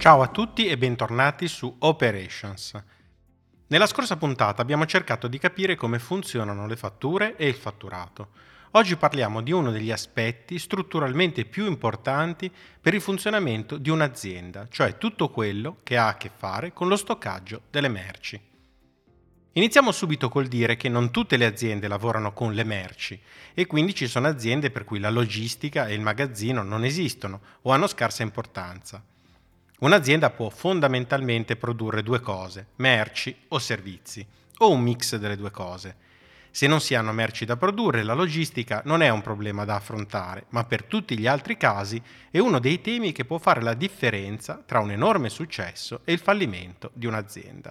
Ciao a tutti e bentornati su Operations. Nella scorsa puntata abbiamo cercato di capire come funzionano le fatture e il fatturato. Oggi parliamo di uno degli aspetti strutturalmente più importanti per il funzionamento di un'azienda, cioè tutto quello che ha a che fare con lo stoccaggio delle merci. Iniziamo subito col dire che non tutte le aziende lavorano con le merci e quindi ci sono aziende per cui la logistica e il magazzino non esistono o hanno scarsa importanza. Un'azienda può fondamentalmente produrre due cose, merci o servizi, o un mix delle due cose. Se non si hanno merci da produrre, la logistica non è un problema da affrontare, ma per tutti gli altri casi è uno dei temi che può fare la differenza tra un enorme successo e il fallimento di un'azienda.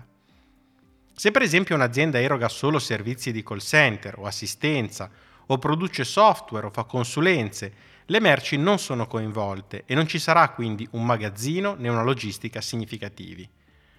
Se per esempio un'azienda eroga solo servizi di call center o assistenza, o produce software o fa consulenze, le merci non sono coinvolte e non ci sarà quindi un magazzino né una logistica significativi.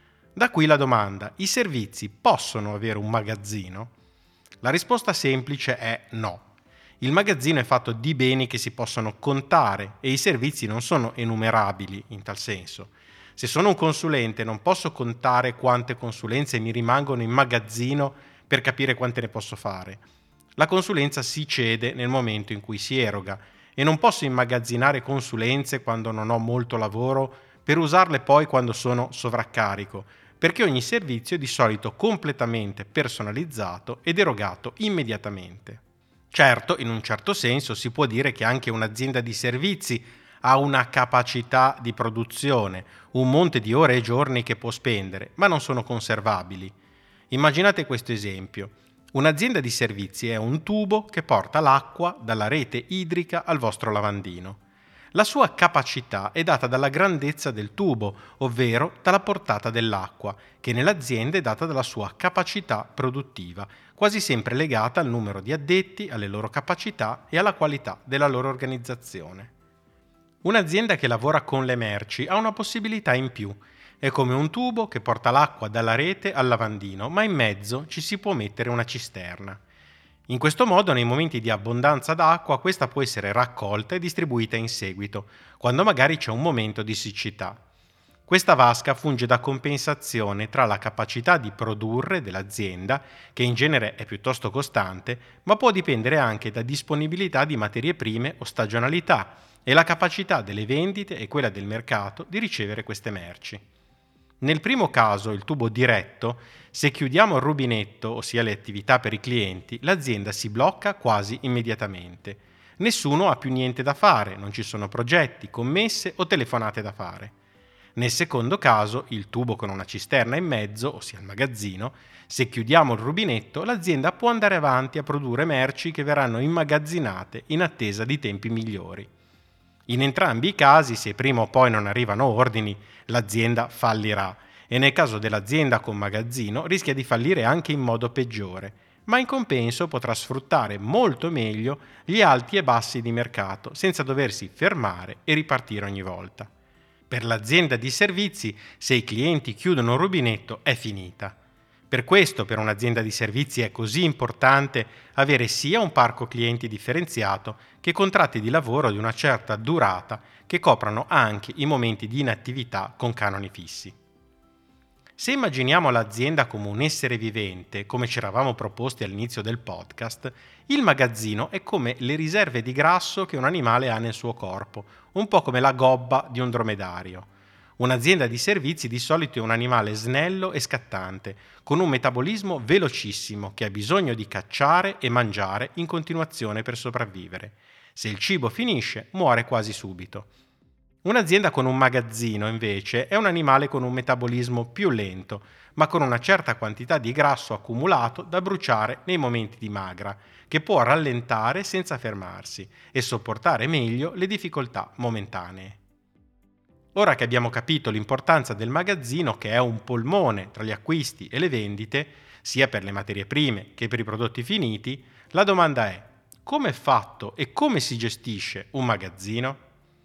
Da qui la domanda: i servizi possono avere un magazzino? La risposta semplice è no. Il magazzino è fatto di beni che si possono contare e i servizi non sono enumerabili in tal senso. Se sono un consulente non posso contare quante consulenze mi rimangono in magazzino per capire quante ne posso fare. La consulenza si cede nel momento in cui si eroga e non posso immagazzinare consulenze quando non ho molto lavoro per usarle poi quando sono sovraccarico, perché ogni servizio è di solito completamente personalizzato ed erogato immediatamente. Certo, in un certo senso si può dire che anche un'azienda di servizi ha una capacità di produzione, un monte di ore e giorni che può spendere, ma non sono conservabili. Immaginate questo esempio. Un'azienda di servizi è un tubo che porta l'acqua dalla rete idrica al vostro lavandino. La sua capacità è data dalla grandezza del tubo, ovvero dalla portata dell'acqua, che nell'azienda è data dalla sua capacità produttiva, quasi sempre legata al numero di addetti, alle loro capacità e alla qualità della loro organizzazione. Un'azienda che lavora con le merci ha una possibilità in più. È come un tubo che porta l'acqua dalla rete al lavandino, ma in mezzo ci si può mettere una cisterna. In questo modo, nei momenti di abbondanza d'acqua, questa può essere raccolta e distribuita in seguito, quando magari c'è un momento di siccità. Questa vasca funge da compensazione tra la capacità di produrre dell'azienda, che in genere è piuttosto costante, ma può dipendere anche da disponibilità di materie prime o stagionalità, e la capacità delle vendite e quella del mercato di ricevere queste merci. Nel primo caso, il tubo diretto, se chiudiamo il rubinetto, ossia le attività per i clienti, l'azienda si blocca quasi immediatamente. Nessuno ha più niente da fare, non ci sono progetti, commesse o telefonate da fare. Nel secondo caso, il tubo con una cisterna in mezzo, ossia il magazzino, se chiudiamo il rubinetto, l'azienda può andare avanti a produrre merci che verranno immagazzinate in attesa di tempi migliori. In entrambi i casi, se prima o poi non arrivano ordini, l'azienda fallirà e nel caso dell'azienda con magazzino rischia di fallire anche in modo peggiore, ma in compenso potrà sfruttare molto meglio gli alti e bassi di mercato senza doversi fermare e ripartire ogni volta. Per l'azienda di servizi, se i clienti chiudono il rubinetto, è finita. Per questo, per un'azienda di servizi è così importante avere sia un parco clienti differenziato che contratti di lavoro di una certa durata che coprano anche i momenti di inattività con canoni fissi. Se immaginiamo l'azienda come un essere vivente, come ci eravamo proposti all'inizio del podcast, il magazzino è come le riserve di grasso che un animale ha nel suo corpo, un po' come la gobba di un dromedario. Un'azienda di servizi di solito è un animale snello e scattante, con un metabolismo velocissimo che ha bisogno di cacciare e mangiare in continuazione per sopravvivere. Se il cibo finisce, muore quasi subito. Un'azienda con un magazzino, invece, è un animale con un metabolismo più lento, ma con una certa quantità di grasso accumulato da bruciare nei momenti di magra, che può rallentare senza fermarsi e sopportare meglio le difficoltà momentanee. Ora che abbiamo capito l'importanza del magazzino, che è un polmone tra gli acquisti e le vendite, sia per le materie prime che per i prodotti finiti, la domanda è: come è fatto e come si gestisce un magazzino?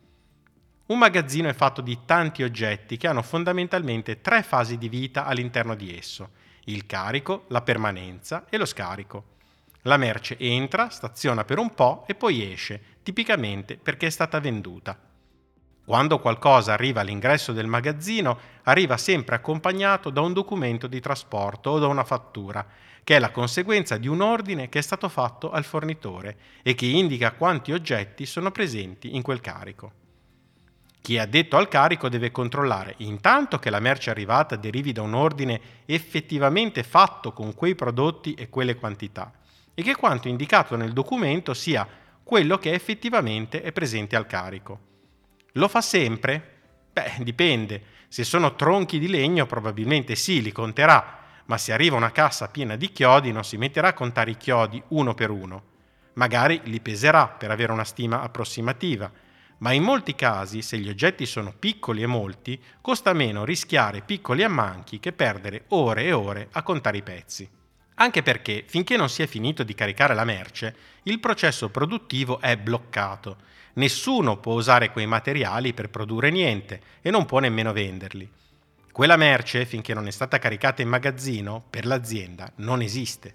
Un magazzino è fatto di tanti oggetti che hanno fondamentalmente tre fasi di vita all'interno di esso: il carico, la permanenza e lo scarico. La merce entra, staziona per un po' e poi esce, tipicamente perché è stata venduta. Quando qualcosa arriva all'ingresso del magazzino, arriva sempre accompagnato da un documento di trasporto o da una fattura, che è la conseguenza di un ordine che è stato fatto al fornitore e che indica quanti oggetti sono presenti in quel carico. Chi è addetto al carico deve controllare intanto che la merce arrivata derivi da un ordine effettivamente fatto con quei prodotti e quelle quantità e che quanto indicato nel documento sia quello che effettivamente è presente al carico. Lo fa sempre? Beh, dipende. Se sono tronchi di legno probabilmente sì, li conterà, ma se arriva una cassa piena di chiodi non si metterà a contare i chiodi uno per uno. Magari li peserà per avere una stima approssimativa, ma in molti casi, se gli oggetti sono piccoli e molti, costa meno rischiare piccoli ammanchi che perdere ore e ore a contare i pezzi. Anche perché, finché non si è finito di caricare la merce, il processo produttivo è bloccato. Nessuno può usare quei materiali per produrre niente e non può nemmeno venderli. Quella merce, finché non è stata caricata in magazzino, per l'azienda non esiste.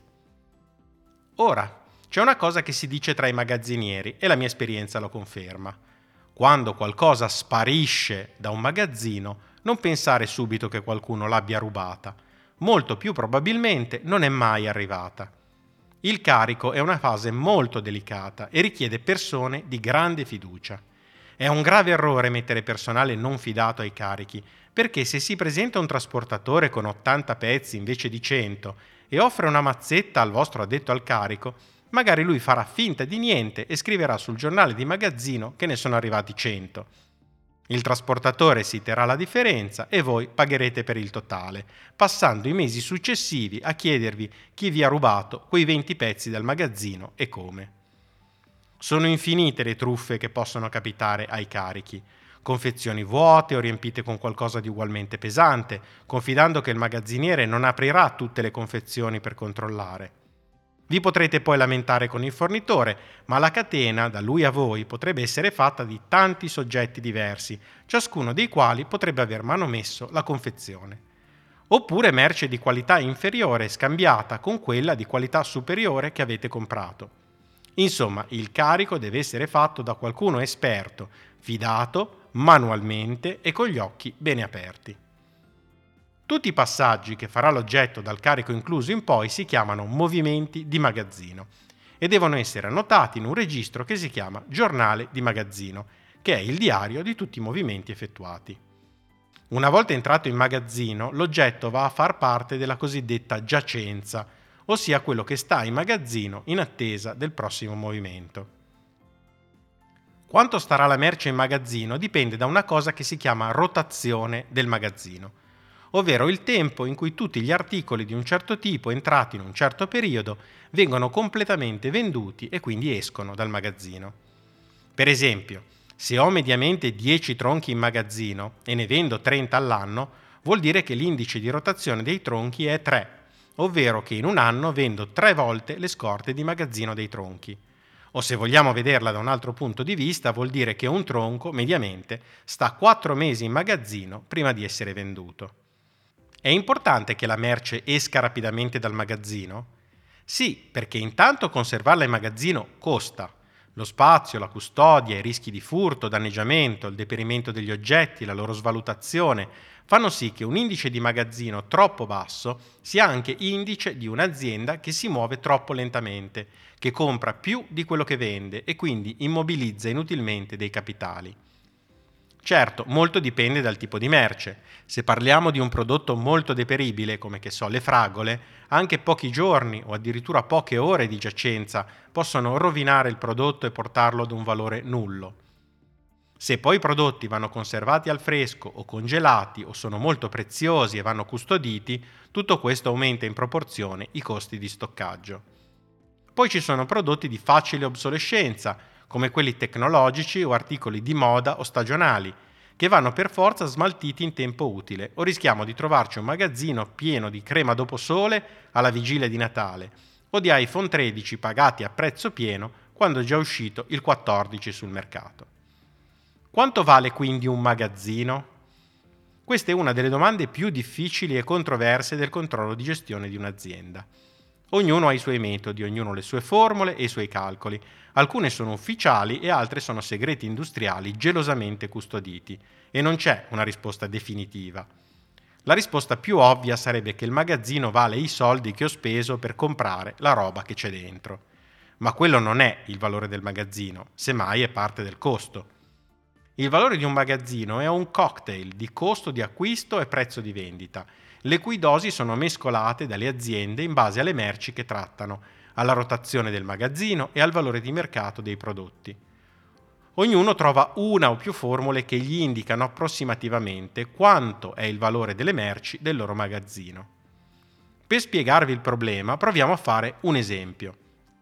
Ora, c'è una cosa che si dice tra i magazzinieri e la mia esperienza lo conferma. Quando qualcosa sparisce da un magazzino, non pensare subito che qualcuno l'abbia rubata. Molto più probabilmente non è mai arrivata. Il carico è una fase molto delicata e richiede persone di grande fiducia. È un grave errore mettere personale non fidato ai carichi, perché se si presenta un trasportatore con 80 pezzi invece di 100 e offre una mazzetta al vostro addetto al carico, magari lui farà finta di niente e scriverà sul giornale di magazzino che ne sono arrivati 100. Il trasportatore si terrà la differenza e voi pagherete per il totale, passando i mesi successivi a chiedervi chi vi ha rubato quei 20 pezzi dal magazzino e come. Sono infinite le truffe che possono capitare ai carichi. Confezioni vuote o riempite con qualcosa di ugualmente pesante, confidando che il magazziniere non aprirà tutte le confezioni per controllare. Vi potrete poi lamentare con il fornitore, ma la catena, da lui a voi, potrebbe essere fatta di tanti soggetti diversi, ciascuno dei quali potrebbe aver manomesso la confezione. Oppure merce di qualità inferiore scambiata con quella di qualità superiore che avete comprato. Insomma, il carico deve essere fatto da qualcuno esperto, fidato, manualmente e con gli occhi bene aperti. Tutti i passaggi che farà l'oggetto dal carico incluso in poi si chiamano movimenti di magazzino e devono essere annotati in un registro che si chiama giornale di magazzino, che è il diario di tutti i movimenti effettuati. Una volta entrato in magazzino, l'oggetto va a far parte della cosiddetta giacenza, ossia quello che sta in magazzino in attesa del prossimo movimento. Quanto starà la merce in magazzino dipende da una cosa che si chiama rotazione del magazzino, ovvero il tempo in cui tutti gli articoli di un certo tipo entrati in un certo periodo vengono completamente venduti e quindi escono dal magazzino. Per esempio, se ho mediamente 10 tronchi in magazzino e ne vendo 30 all'anno, vuol dire che l'indice di rotazione dei tronchi è 3, ovvero che in un anno vendo 3 volte le scorte di magazzino dei tronchi. O se vogliamo vederla da un altro punto di vista, vuol dire che un tronco, mediamente, sta 4 mesi in magazzino prima di essere venduto. È importante che la merce esca rapidamente dal magazzino? Sì, perché intanto conservarla in magazzino costa. Lo spazio, la custodia, i rischi di furto, danneggiamento, il deperimento degli oggetti, la loro svalutazione fanno sì che un indice di magazzino troppo basso sia anche indice di un'azienda che si muove troppo lentamente, che compra più di quello che vende e quindi immobilizza inutilmente dei capitali. Certo, molto dipende dal tipo di merce. Se parliamo di un prodotto molto deperibile, come che so, le fragole, anche pochi giorni o addirittura poche ore di giacenza possono rovinare il prodotto e portarlo ad un valore nullo. Se poi i prodotti vanno conservati al fresco o congelati o sono molto preziosi e vanno custoditi, tutto questo aumenta in proporzione i costi di stoccaggio. Poi ci sono prodotti di facile obsolescenza, come quelli tecnologici o articoli di moda o stagionali, che vanno per forza smaltiti in tempo utile, o rischiamo di trovarci un magazzino pieno di crema dopo sole alla vigilia di Natale, o di iPhone 13 pagati a prezzo pieno quando è già uscito il 14 sul mercato. Quanto vale quindi un magazzino? Questa è una delle domande più difficili e controverse del controllo di gestione di un'azienda. Ognuno ha i suoi metodi, ognuno le sue formule e i suoi calcoli. Alcune sono ufficiali e altre sono segreti industriali gelosamente custoditi, e non c'è una risposta definitiva. La risposta più ovvia sarebbe che il magazzino vale i soldi che ho speso per comprare la roba che c'è dentro. Ma quello non è il valore del magazzino, semmai è parte del costo. Il valore di un magazzino è un cocktail di costo di acquisto e prezzo di vendita, le cui dosi sono mescolate dalle aziende in base alle merci che trattano, alla rotazione del magazzino e al valore di mercato dei prodotti. Ognuno trova una o più formule che gli indicano approssimativamente quanto è il valore delle merci del loro magazzino. Per spiegarvi il problema, proviamo a fare un esempio.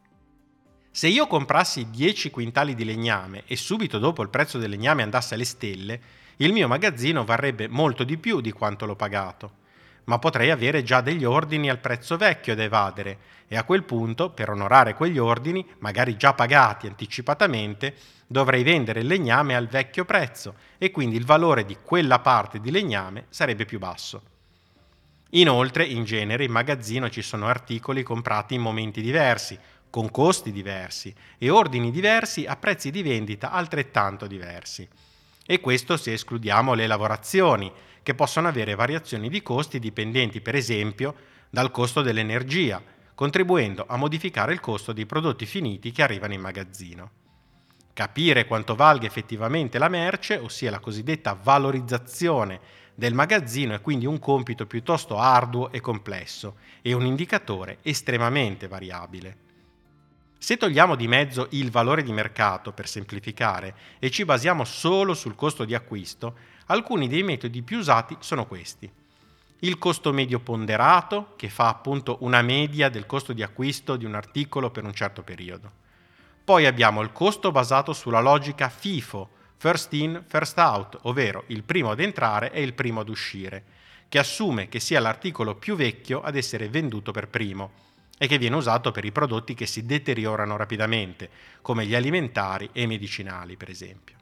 Se io comprassi 10 quintali di legname e subito dopo il prezzo del legname andasse alle stelle, il mio magazzino varrebbe molto di più di quanto l'ho pagato. Ma potrei avere già degli ordini al prezzo vecchio da evadere e a quel punto, per onorare quegli ordini, magari già pagati anticipatamente, dovrei vendere il legname al vecchio prezzo e quindi il valore di quella parte di legname sarebbe più basso. Inoltre, in genere, in magazzino ci sono articoli comprati in momenti diversi, con costi diversi e ordini diversi a prezzi di vendita altrettanto diversi. E questo se escludiamo le lavorazioni, che possono avere variazioni di costi dipendenti per esempio dal costo dell'energia, contribuendo a modificare il costo dei prodotti finiti che arrivano in magazzino. Capire quanto valga effettivamente la merce, ossia la cosiddetta valorizzazione del magazzino, è quindi un compito piuttosto arduo e complesso e un indicatore estremamente variabile. Se togliamo di mezzo il valore di mercato, per semplificare, e ci basiamo solo sul costo di acquisto, alcuni dei metodi più usati sono questi. Il costo medio ponderato, che fa appunto una media del costo di acquisto di un articolo per un certo periodo. Poi abbiamo il costo basato sulla logica FIFO, first in, first out, ovvero il primo ad entrare e il primo ad uscire, che assume che sia l'articolo più vecchio ad essere venduto per primo e che viene usato per i prodotti che si deteriorano rapidamente, come gli alimentari e i medicinali, per esempio.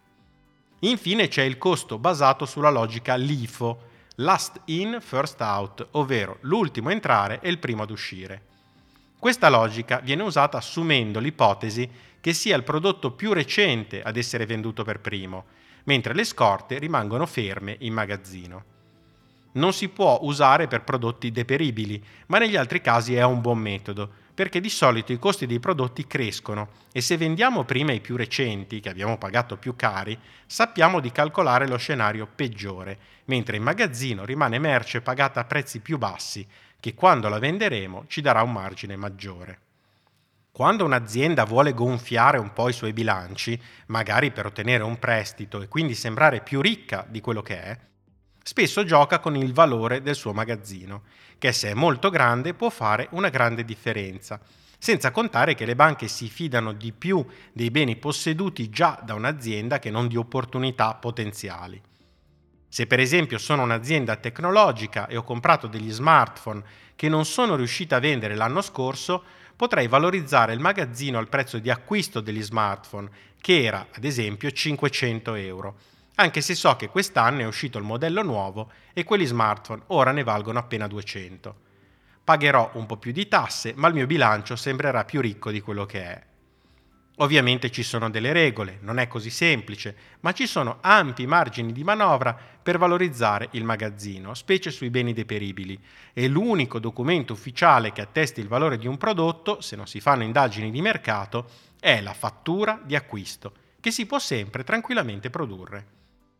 Infine c'è il costo basato sulla logica LIFO, last in, first out, ovvero l'ultimo a entrare e il primo ad uscire. Questa logica viene usata assumendo l'ipotesi che sia il prodotto più recente ad essere venduto per primo, mentre le scorte rimangono ferme in magazzino. Non si può usare per prodotti deperibili, ma negli altri casi è un buon metodo, perché di solito i costi dei prodotti crescono e se vendiamo prima i più recenti, che abbiamo pagato più cari, sappiamo di calcolare lo scenario peggiore, mentre in magazzino rimane merce pagata a prezzi più bassi, che quando la venderemo ci darà un margine maggiore. Quando un'azienda vuole gonfiare un po' i suoi bilanci, magari per ottenere un prestito e quindi sembrare più ricca di quello che è, spesso gioca con il valore del suo magazzino, che se è molto grande può fare una grande differenza, senza contare che le banche si fidano di più dei beni posseduti già da un'azienda che non di opportunità potenziali. Se per esempio sono un'azienda tecnologica e ho comprato degli smartphone che non sono riuscita a vendere l'anno scorso, potrei valorizzare il magazzino al prezzo di acquisto degli smartphone, che era ad esempio 500 euro, anche se so che quest'anno è uscito il modello nuovo e quegli smartphone ora ne valgono appena 200. Pagherò un po' più di tasse, ma il mio bilancio sembrerà più ricco di quello che è. Ovviamente ci sono delle regole, non è così semplice, ma ci sono ampi margini di manovra per valorizzare il magazzino, specie sui beni deperibili, e l'unico documento ufficiale che attesti il valore di un prodotto, se non si fanno indagini di mercato, è la fattura di acquisto, che si può sempre tranquillamente produrre.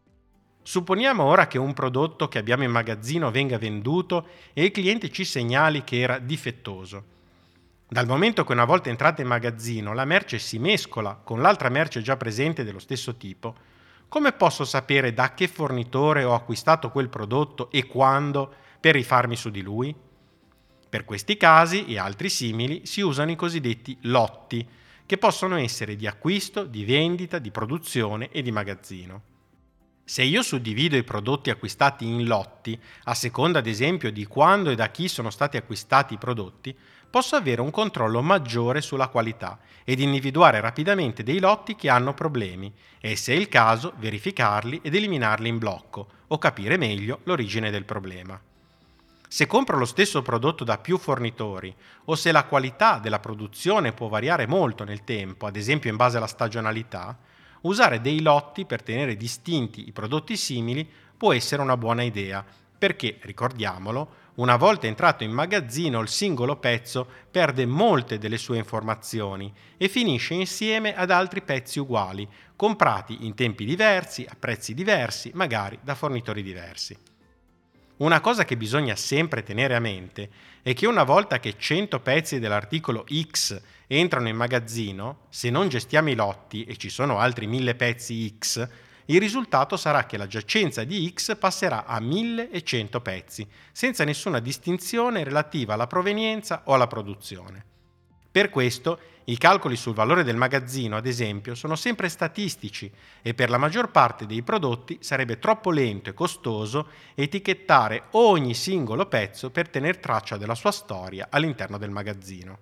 Supponiamo ora che un prodotto che abbiamo in magazzino venga venduto e il cliente ci segnali che era difettoso. Dal momento che una volta entrata in magazzino la merce si mescola con l'altra merce già presente dello stesso tipo, come posso sapere da che fornitore ho acquistato quel prodotto e quando per rifarmi su di lui? Per questi casi e altri simili si usano i cosiddetti lotti, che possono essere di acquisto, di vendita, di produzione e di magazzino. Se io suddivido i prodotti acquistati in lotti, a seconda ad esempio di quando e da chi sono stati acquistati i prodotti, posso avere un controllo maggiore sulla qualità ed individuare rapidamente dei lotti che hanno problemi e, se è il caso, verificarli ed eliminarli in blocco o capire meglio l'origine del problema. Se compro lo stesso prodotto da più fornitori o se la qualità della produzione può variare molto nel tempo, ad esempio in base alla stagionalità, usare dei lotti per tenere distinti i prodotti simili può essere una buona idea, perché, ricordiamolo, una volta entrato in magazzino il singolo pezzo perde molte delle sue informazioni e finisce insieme ad altri pezzi uguali, comprati in tempi diversi, a prezzi diversi, magari da fornitori diversi. Una cosa che bisogna sempre tenere a mente è che una volta che 100 pezzi dell'articolo X entrano in magazzino, se non gestiamo i lotti e ci sono altri 1000 pezzi X, il risultato sarà che la giacenza di X passerà a 1100 pezzi, senza nessuna distinzione relativa alla provenienza o alla produzione. Per questo i calcoli sul valore del magazzino, ad esempio, sono sempre statistici e per la maggior parte dei prodotti sarebbe troppo lento e costoso etichettare ogni singolo pezzo per tener traccia della sua storia all'interno del magazzino.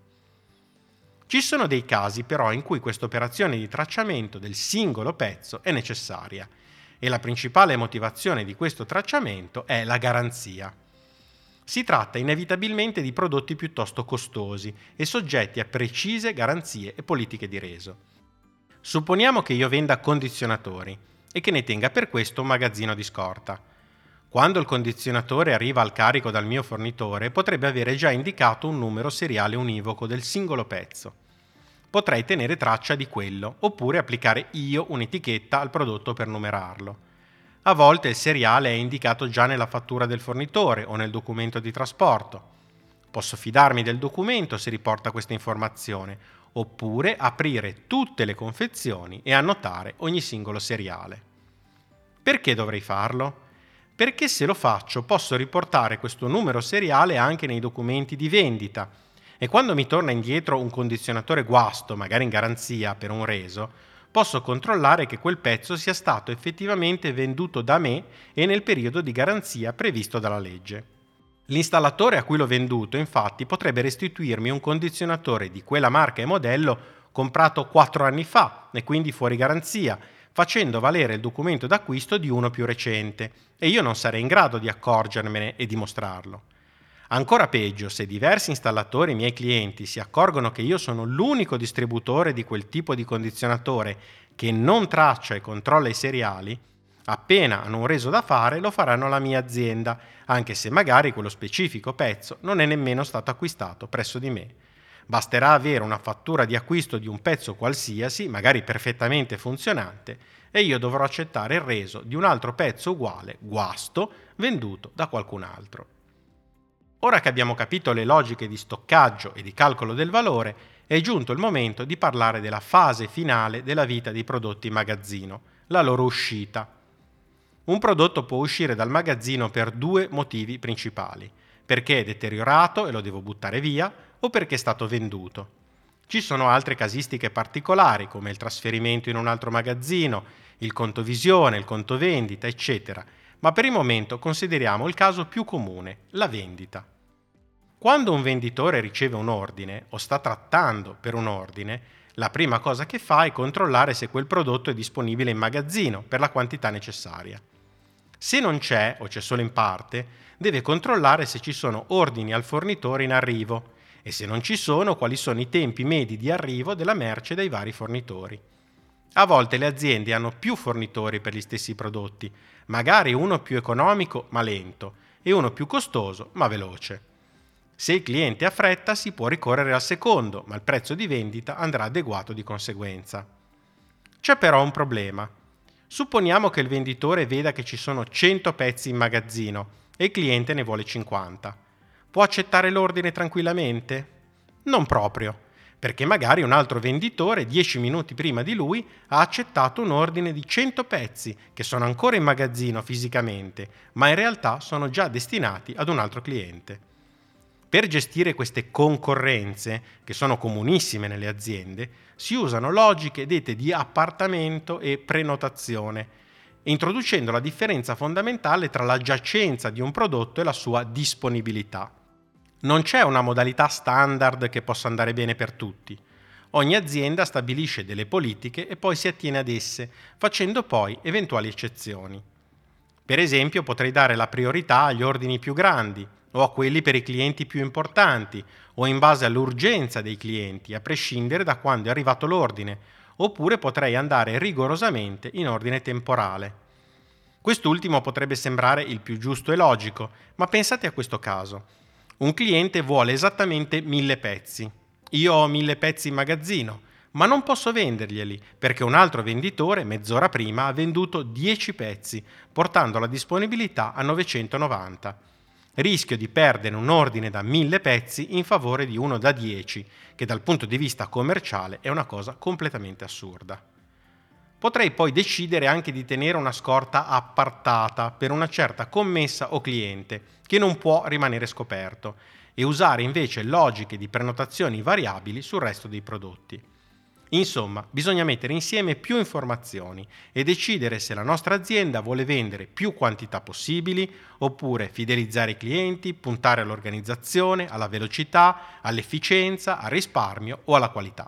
Ci sono dei casi però in cui questa operazione di tracciamento del singolo pezzo è necessaria e la principale motivazione di questo tracciamento è la garanzia. Si tratta inevitabilmente di prodotti piuttosto costosi e soggetti a precise garanzie e politiche di reso. Supponiamo che io venda condizionatori e che ne tenga per questo un magazzino di scorta. Quando il condizionatore arriva al carico dal mio fornitore, potrebbe avere già indicato un numero seriale univoco del singolo pezzo. Potrei tenere traccia di quello, oppure applicare io un'etichetta al prodotto per numerarlo. A volte il seriale è indicato già nella fattura del fornitore o nel documento di trasporto. Posso fidarmi del documento se riporta questa informazione, oppure aprire tutte le confezioni e annotare ogni singolo seriale. Perché dovrei farlo? Perché se lo faccio posso riportare questo numero seriale anche nei documenti di vendita e quando mi torna indietro un condizionatore guasto, magari in garanzia per un reso, posso controllare che quel pezzo sia stato effettivamente venduto da me e nel periodo di garanzia previsto dalla legge. L'installatore a cui l'ho venduto, infatti, potrebbe restituirmi un condizionatore di quella marca e modello comprato 4 anni fa e quindi fuori garanzia, facendo valere il documento d'acquisto di uno più recente, e io non sarei in grado di accorgermene e dimostrarlo. Ancora peggio, se diversi installatori miei clienti si accorgono che io sono l'unico distributore di quel tipo di condizionatore che non traccia e controlla i seriali, appena hanno un reso da fare lo faranno alla mia azienda, anche se magari quello specifico pezzo non è nemmeno stato acquistato presso di me. Basterà avere una fattura di acquisto di un pezzo qualsiasi, magari perfettamente funzionante, e io dovrò accettare il reso di un altro pezzo uguale, guasto, venduto da qualcun altro. Ora che abbiamo capito le logiche di stoccaggio e di calcolo del valore, è giunto il momento di parlare della fase finale della vita dei prodotti in magazzino, la loro uscita. Un prodotto può uscire dal magazzino per 2 motivi principali: perché è deteriorato e lo devo buttare via, o perché è stato venduto. Ci sono altre casistiche particolari, come il trasferimento in un altro magazzino, il conto visione, il conto vendita, eccetera, ma per il momento consideriamo il caso più comune, la vendita. Quando un venditore riceve un ordine o sta trattando per un ordine, la prima cosa che fa è controllare se quel prodotto è disponibile in magazzino per la quantità necessaria. Se non c'è o c'è solo in parte, deve controllare se ci sono ordini al fornitore in arrivo e se non ci sono quali sono i tempi medi di arrivo della merce dai vari fornitori. A volte le aziende hanno più fornitori per gli stessi prodotti, magari uno più economico ma lento e uno più costoso ma veloce. Se il cliente ha fretta si può ricorrere al secondo, ma il prezzo di vendita andrà adeguato di conseguenza. C'è però un problema. Supponiamo che il venditore veda che ci sono 100 pezzi in magazzino e il cliente ne vuole 50. Può accettare l'ordine tranquillamente? Non proprio, perché magari un altro venditore 10 minuti prima di lui ha accettato un ordine di 100 pezzi che sono ancora in magazzino fisicamente, ma in realtà sono già destinati ad un altro cliente. Per gestire queste concorrenze, che sono comunissime nelle aziende, si usano logiche dette di appartamento e prenotazione, introducendo la differenza fondamentale tra la giacenza di un prodotto e la sua disponibilità. Non c'è una modalità standard che possa andare bene per tutti. Ogni azienda stabilisce delle politiche e poi si attiene ad esse, facendo poi eventuali eccezioni. Per esempio, potrei dare la priorità agli ordini più grandi o a quelli per i clienti più importanti, o in base all'urgenza dei clienti, a prescindere da quando è arrivato l'ordine, oppure potrei andare rigorosamente in ordine temporale. Quest'ultimo potrebbe sembrare il più giusto e logico, ma pensate a questo caso. Un cliente vuole esattamente 1000 pezzi. Io ho 1000 pezzi in magazzino, ma non posso venderglieli perché un altro venditore mezz'ora prima ha venduto 10 pezzi, portando la disponibilità a 990. Rischio di perdere un ordine da 1000 pezzi in favore di uno da 10, che dal punto di vista commerciale è una cosa completamente assurda. Potrei poi decidere anche di tenere una scorta appartata per una certa commessa o cliente che non può rimanere scoperto e usare invece logiche di prenotazioni variabili sul resto dei prodotti. Insomma, bisogna mettere insieme più informazioni e decidere se la nostra azienda vuole vendere più quantità possibili oppure fidelizzare i clienti, puntare all'organizzazione, alla velocità, all'efficienza, al risparmio o alla qualità.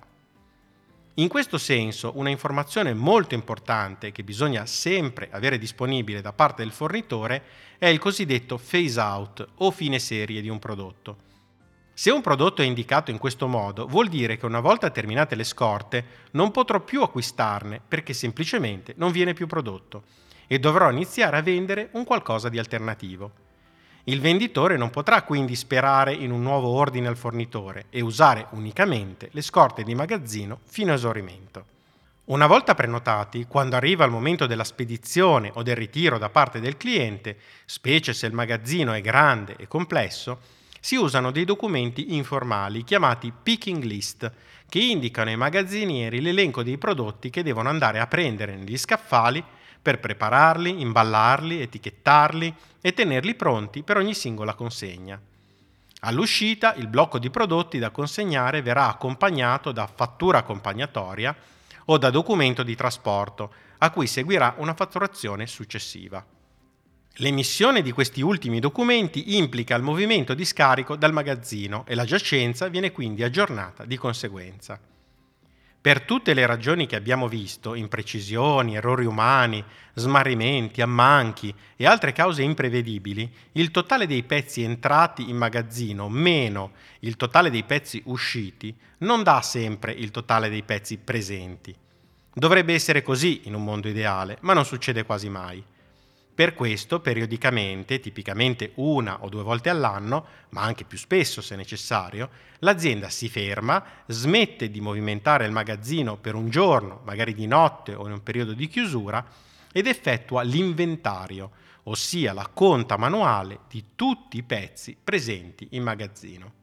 In questo senso, una informazione molto importante che bisogna sempre avere disponibile da parte del fornitore è il cosiddetto phase out o fine serie di un prodotto. Se un prodotto è indicato in questo modo, vuol dire che una volta terminate le scorte non potrò più acquistarne perché semplicemente non viene più prodotto e dovrò iniziare a vendere un qualcosa di alternativo. Il venditore non potrà quindi sperare in un nuovo ordine al fornitore e usare unicamente le scorte di magazzino fino a esaurimento. Una volta prenotati, quando arriva il momento della spedizione o del ritiro da parte del cliente, specie se il magazzino è grande e complesso, si usano dei documenti informali chiamati picking list che indicano ai magazzinieri l'elenco dei prodotti che devono andare a prendere negli scaffali per prepararli, imballarli, etichettarli e tenerli pronti per ogni singola consegna. All'uscita, il blocco di prodotti da consegnare verrà accompagnato da fattura accompagnatoria o da documento di trasporto, a cui seguirà una fatturazione successiva. L'emissione di questi ultimi documenti implica il movimento di scarico dal magazzino e la giacenza viene quindi aggiornata di conseguenza. Per tutte le ragioni che abbiamo visto, imprecisioni, errori umani, smarrimenti, ammanchi e altre cause imprevedibili, il totale dei pezzi entrati in magazzino meno il totale dei pezzi usciti non dà sempre il totale dei pezzi presenti. Dovrebbe essere così in un mondo ideale, ma non succede quasi mai. Per questo, periodicamente, tipicamente 1 o 2 volte all'anno, ma anche più spesso se necessario, l'azienda si ferma, smette di movimentare il magazzino per un giorno, magari di notte o in un periodo di chiusura, ed effettua l'inventario, ossia la conta manuale di tutti i pezzi presenti in magazzino.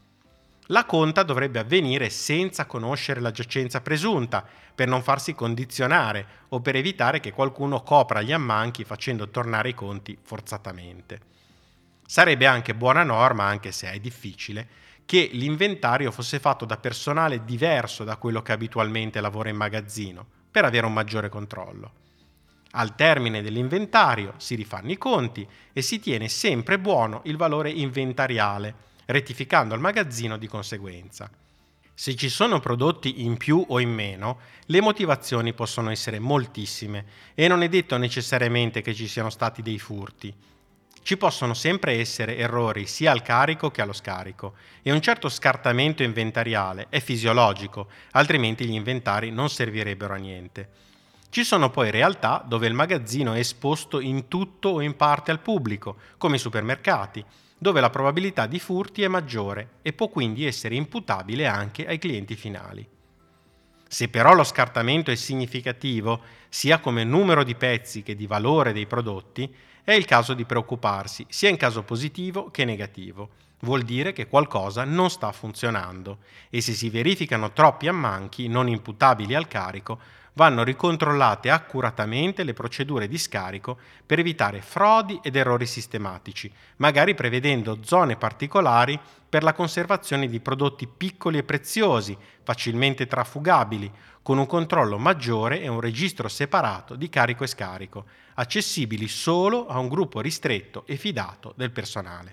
La conta dovrebbe avvenire senza conoscere la giacenza presunta, per non farsi condizionare o per evitare che qualcuno copra gli ammanchi facendo tornare i conti forzatamente. Sarebbe anche buona norma, anche se è difficile, che l'inventario fosse fatto da personale diverso da quello che abitualmente lavora in magazzino, per avere un maggiore controllo. Al termine dell'inventario si rifanno i conti e si tiene sempre buono il valore inventariale, rettificando il magazzino di conseguenza. Se ci sono prodotti in più o in meno, le motivazioni possono essere moltissime e non è detto necessariamente che ci siano stati dei furti. Ci possono sempre essere errori sia al carico che allo scarico e un certo scartamento inventariale è fisiologico, altrimenti gli inventari non servirebbero a niente. Ci sono poi realtà dove il magazzino è esposto in tutto o in parte al pubblico, come i supermercati, dove la probabilità di furti è maggiore e può quindi essere imputabile anche ai clienti finali. Se però lo scartamento è significativo, sia come numero di pezzi che di valore dei prodotti, è il caso di preoccuparsi, sia in caso positivo che negativo. Vuol dire che qualcosa non sta funzionando e se si verificano troppi ammanchi non imputabili al carico, vanno ricontrollate accuratamente le procedure di scarico per evitare frodi ed errori sistematici, magari prevedendo zone particolari per la conservazione di prodotti piccoli e preziosi, facilmente trafugabili, con un controllo maggiore e un registro separato di carico e scarico, accessibili solo a un gruppo ristretto e fidato del personale.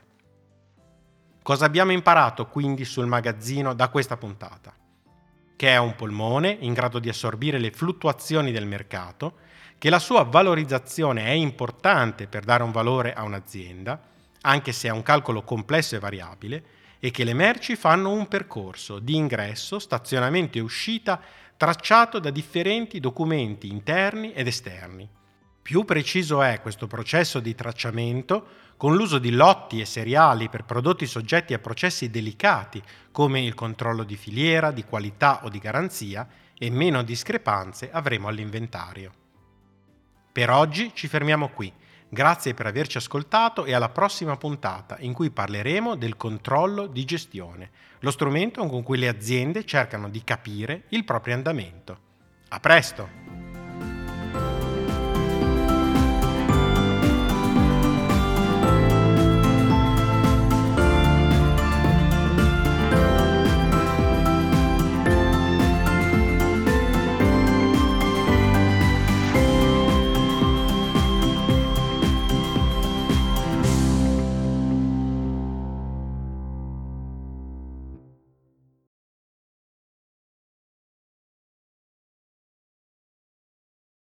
Cosa abbiamo imparato quindi sul magazzino da questa puntata? Che è un polmone in grado di assorbire le fluttuazioni del mercato, che la sua valorizzazione è importante per dare un valore a un'azienda, anche se è un calcolo complesso e variabile, e che le merci fanno un percorso di ingresso, stazionamento e uscita tracciato da differenti documenti interni ed esterni. Più preciso è questo processo di tracciamento, con l'uso di lotti e seriali per prodotti soggetti a processi delicati come il controllo di filiera, di qualità o di garanzia, e meno discrepanze avremo all'inventario. Per oggi ci fermiamo qui. Grazie per averci ascoltato e alla prossima puntata in cui parleremo del controllo di gestione, lo strumento con cui le aziende cercano di capire il proprio andamento. A presto!